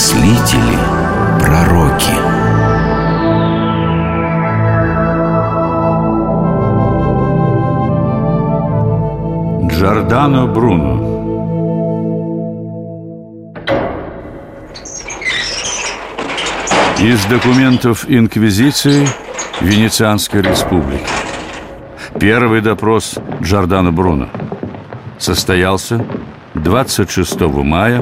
мыслители, пророки. Джордано Бруно. Из документов Инквизиции Венецианской республики. Первый допрос Джордано Бруно состоялся 26 мая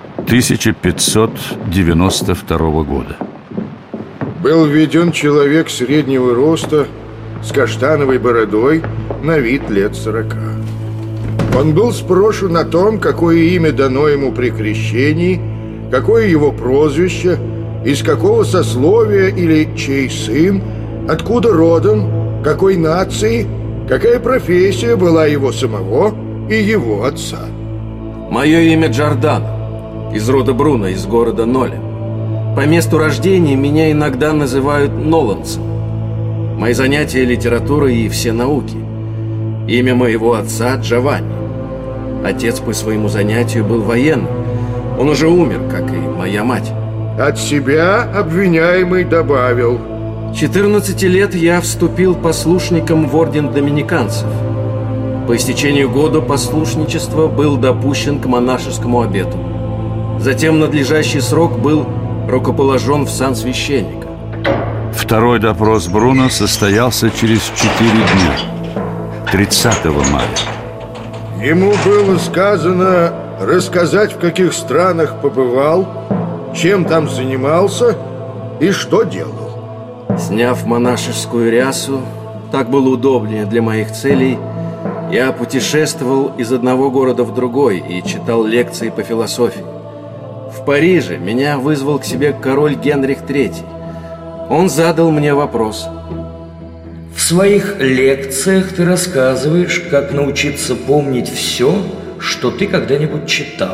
1592 года. Был введен человек среднего роста с каштановой бородой, на вид лет 40. Он был спрошен о том, какое имя дано ему при крещении, какое его прозвище, из какого сословия или чей сын, откуда родом, какой нации, какая профессия была его самого и его отца. Мое имя Джордано, из рода Бруно, из города Ноля. По месту рождения меня иногда называют Ноланцем. Мои занятия — литература и все науки. Имя моего отца Джованни. Отец по своему занятию был военным. Он уже умер, как и моя мать. От себя обвиняемый добавил: 14 лет я вступил послушником в орден доминиканцев. По истечению года послушничества был допущен к монашескому обету. Затем в надлежащий срок был рукоположен в сан священника. Второй допрос Бруно состоялся через 4 дня, 30 мая. Ему было сказано рассказать, в каких странах побывал, чем там занимался и что делал. Сняв монашескую рясу, так было удобнее для моих целей, я путешествовал из одного города в другой и читал лекции по философии. В Париже меня вызвал к себе король Генрих III. Он задал мне вопрос. В своих лекциях ты рассказываешь, как научиться помнить все, что ты когда-нибудь читал.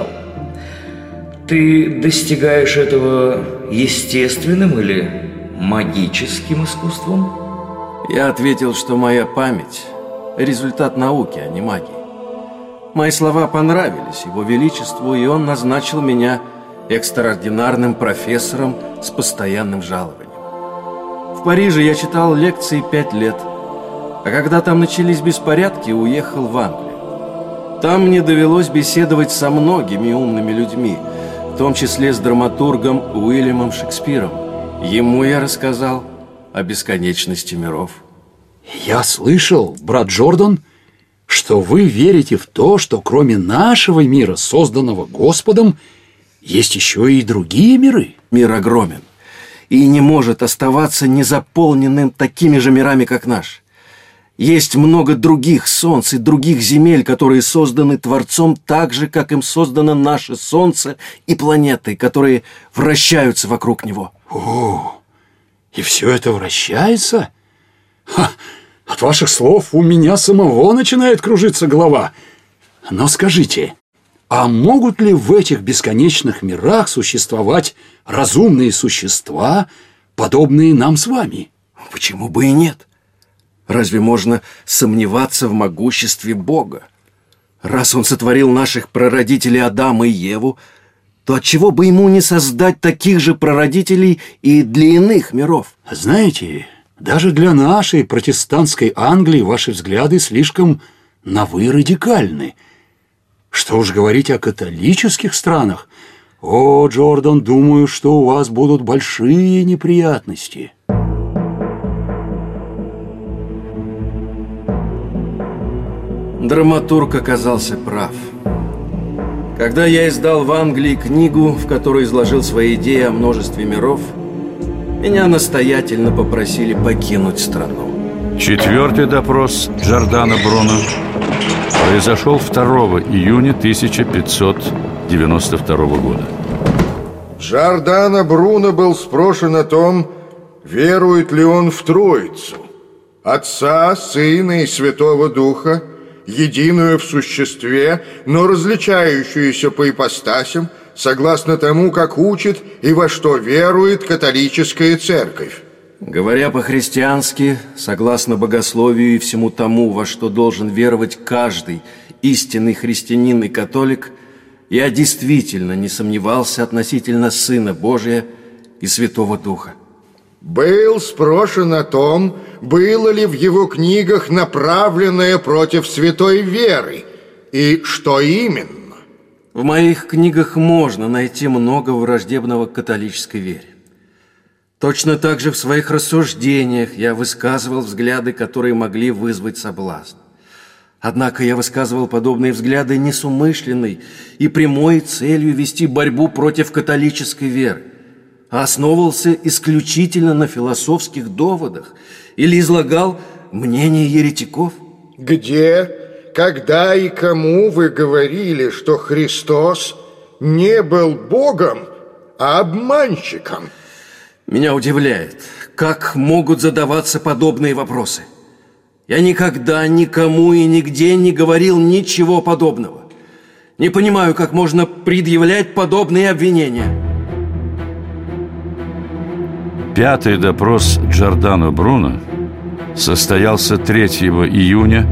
Ты достигаешь этого естественным или магическим искусством? Я ответил, что моя память – результат науки, а не магии. Мои слова понравились его величеству, и он назначил меня экстраординарным профессором с постоянным жалованием. В Париже я читал лекции 5 лет, а когда там начались беспорядки, уехал в Англию. Там мне довелось беседовать со многими умными людьми, в том числе с драматургом Уильямом Шекспиром. Ему я рассказал о бесконечности миров. Я слышал, брат Джордан, что вы верите в то, что кроме нашего мира, созданного Господом, есть еще и другие миры. Мир огромен и не может оставаться незаполненным такими же мирами, как наш. Есть много других солнц и других земель, которые созданы Творцом так же, как им создано наше Солнце и планеты, которые вращаются вокруг него. О, и все это вращается? Ха, от ваших слов у меня самого начинает кружиться голова. Но скажите, а могут ли в этих бесконечных мирах существовать разумные существа, подобные нам с вами? Почему бы и нет? Разве можно сомневаться в могуществе Бога? Раз Он сотворил наших прародителей Адама и Еву, то отчего бы Ему не создать таких же прародителей и для иных миров? Знаете, даже для нашей протестантской Англии ваши взгляды слишком новы и радикальны. Что уж говорить о католических странах. О, Джордан, думаю, что у вас будут большие неприятности. Драматург оказался прав. Когда я издал в Англии книгу, в которой изложил свои идеи о множестве миров, меня настоятельно попросили покинуть страну. Четвертый допрос Джордано Бруно произошел 2 июня 1592 года. Джордано Бруно был спрошен о том, верует ли он в Троицу, Отца, Сына и Святого Духа, единую в существе, но различающуюся по ипостасям, согласно тому, как учит и во что верует католическая церковь. Говоря по-христиански, согласно богословию и всему тому, во что должен веровать каждый истинный христианин и католик, Я действительно не сомневался относительно Сына Божия и Святого Духа. Был спрошен о том, было ли в его книгах направленное против святой веры, и что именно. В моих книгах можно найти много враждебного к католической вере. Точно так же в своих рассуждениях я высказывал взгляды, которые могли вызвать соблазн. Однако я высказывал подобные взгляды не с умышленной и прямой целью вести борьбу против католической веры, а основывался исключительно на философских доводах или излагал мнение еретиков. Где, когда и кому вы говорили, что Христос не был Богом, а обманщиком? Меня удивляет, как могут задаваться подобные вопросы. Я никогда никому и нигде не говорил ничего подобного. Не понимаю, как можно предъявлять подобные обвинения. Пятый допрос Джордано Бруно состоялся 3 июня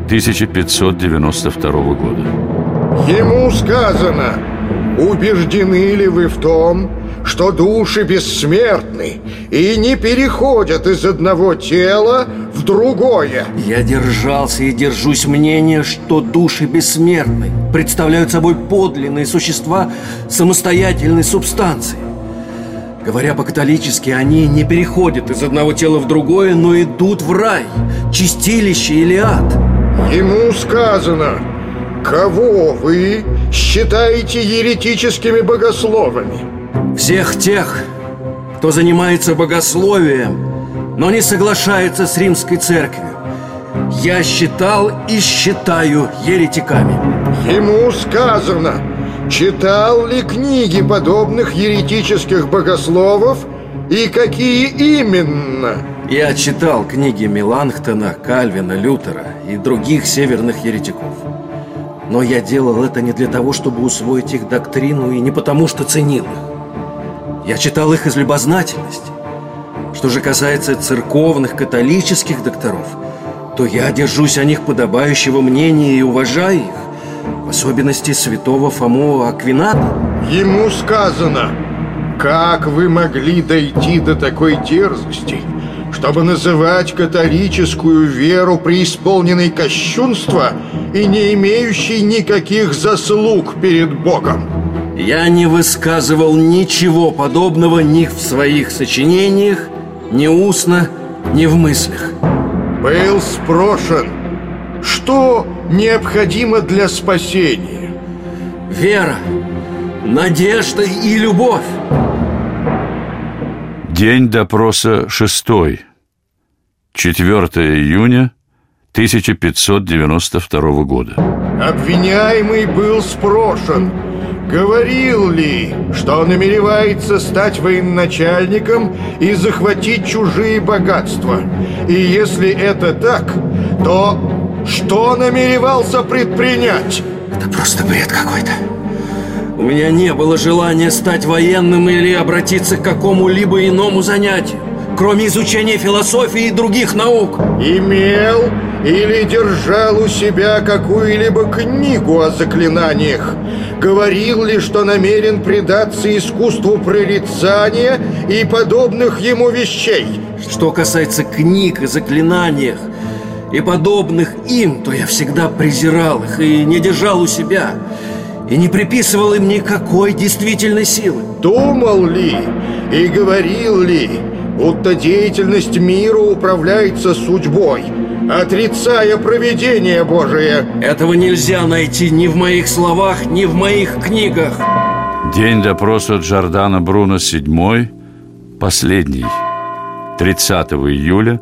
1592 года. Ему сказано: убеждены ли вы в том, что души бессмертны и не переходят из одного тела в другое? Я держался и держусь мнения, что души бессмертны, представляют собой подлинные существа самостоятельной субстанции. Говоря по-католически, они не переходят из одного тела в другое, но идут в рай, чистилище или ад. Ему сказано: кого вы считаете еретическими богословами? Всех тех, кто занимается богословием, но не соглашается с римской церковью, я считал и считаю еретиками. Ему сказано: читал ли книги подобных еретических богословов и какие именно? Я читал книги Меланхтона, Кальвина, Лютера и других северных еретиков. Но я делал это не для того, чтобы усвоить их доктрину, и не потому, что ценил их. Я читал их из любознательности. Что же касается церковных католических докторов, то я держусь о них подобающего мнения и уважаю их, в особенности святого Фому Аквината. Ему сказано: как вы могли дойти до такой дерзости, чтобы называть католическую веру преисполненной кощунства и не имеющей никаких заслуг перед Богом? Я не высказывал ничего подобного ни в своих сочинениях, ни устно, ни в мыслях. Был спрошен: что необходимо для спасения? Вера, надежда и любовь. День допроса 6. 4 июня 1592 года. Обвиняемый был спрошен, говорил ли, что намеревается стать военачальником и захватить чужие богатства. И если это так, то что намеревался предпринять? Это просто бред какой-то. У меня не было желания стать военным или обратиться к какому-либо иному занятию, кроме изучения философии и других наук. Имел или держал у себя какую-либо книгу о заклинаниях? Говорил ли, что намерен предаться искусству прорицания и подобных ему вещей? Что касается книг о заклинаниях и подобных им, то я всегда презирал их и не держал у себя, и не приписывал им никакой действительной силы. Думал ли и говорил ли, будто деятельность мира управляется судьбой, отрицая провидение Божие? Этого нельзя найти ни в моих словах, ни в моих книгах. День допроса Джордано Бруно 7, последний, 30 июля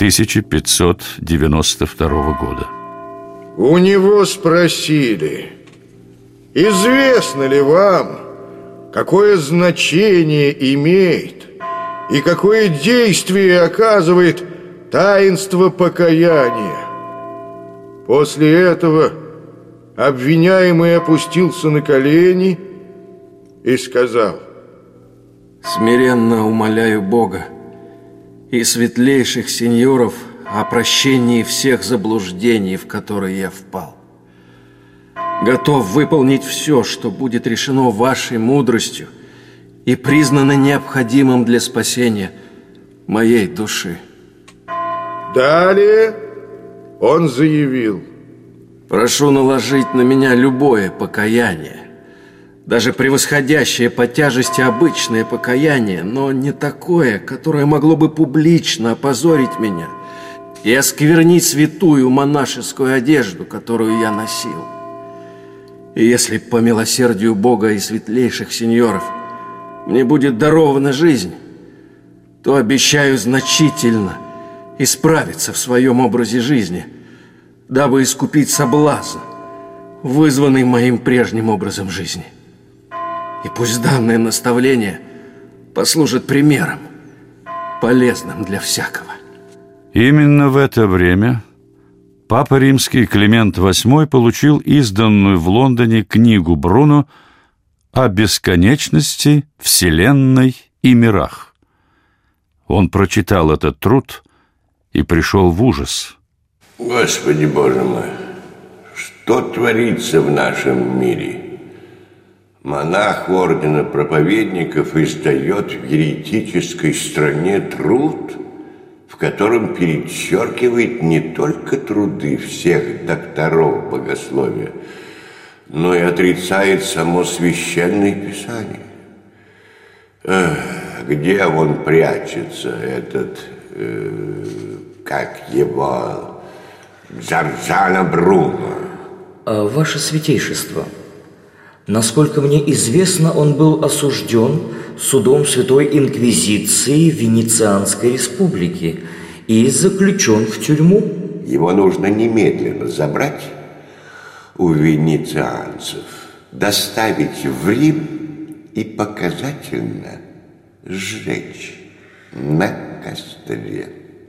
1592 года. У него спросили: известно ли вам, какое значение имеет и какое действие оказывает таинство покаяния? После этого обвиняемый опустился на колени и сказал: смиренно умоляю Бога и светлейших сеньоров о прощении всех заблуждений, в которые я впал. Готов выполнить все, что будет решено вашей мудростью и признано необходимым для спасения моей души. Далее он заявил: прошу наложить на меня любое покаяние, даже превосходящее по тяжести обычное покаяние, но не такое, которое могло бы публично опозорить меня и осквернить святую монашескую одежду, которую я носил. И если по милосердию Бога и светлейших сеньоров мне будет дарована жизнь, то обещаю значительно исправиться в своем образе жизни, дабы искупить соблазн, вызванный моим прежним образом жизни. И пусть данное наставление послужит примером, полезным для всякого. Именно в это время Папа Римский Климент VIII получил изданную в Лондоне книгу Бруно о бесконечности, Вселенной и мирах. Он прочитал этот труд и пришел в ужас. Господи Боже мой, что творится в нашем мире? Монах ордена проповедников издает в еретической стране труд, в котором перечеркивает не только труды всех докторов богословия, но и отрицает само Священное Писание. Где он прячется, этот, как его, Джордано Бруно? Ваше Святейшество, насколько мне известно, он был осужден судом Святой Инквизиции Венецианской Республики и заключен в тюрьму. Его нужно немедленно забрать у венецианцев, доставить в Рим и показательно сжечь на костре.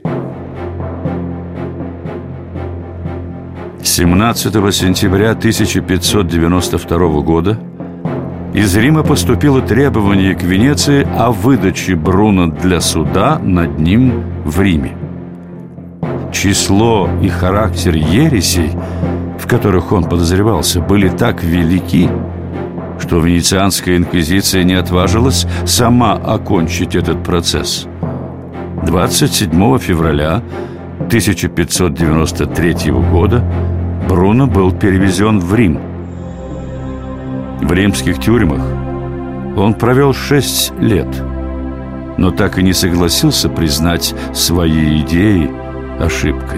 17 сентября 1592 года из Рима поступило требование к Венеции о выдаче Бруно для суда над ним в Риме. Число и характер ересей, в которых он подозревался, были так велики, что Венецианская инквизиция не отважилась сама окончить этот процесс. 27 февраля 1593 года Бруно был перевезен в Рим. В римских тюрьмах он провел 6 лет, но так и не согласился признать свои идеи ошибкой.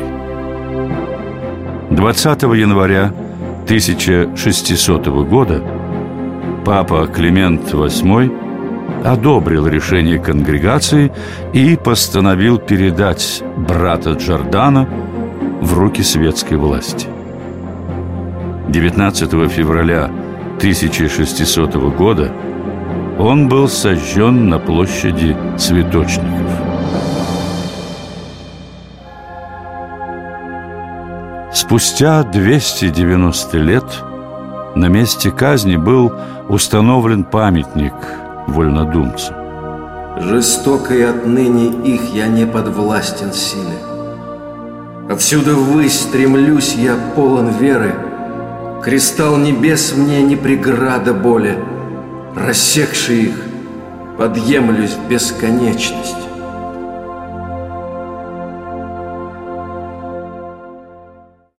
20 января 1600 года папа Климент VIII одобрил решение конгрегации и постановил передать брата Джордано в руки светской власти. 19 февраля 1600 года он был сожжен на площади Цветочников. Спустя 290 лет на месте казни был установлен памятник вольнодумцам. Жестоко и отныне их я не подвластен силе. Отсюда ввысь стремлюсь я полон веры. Кристалл небес мне не преграда боли. Рассекши их, подъемлюсь в бесконечность.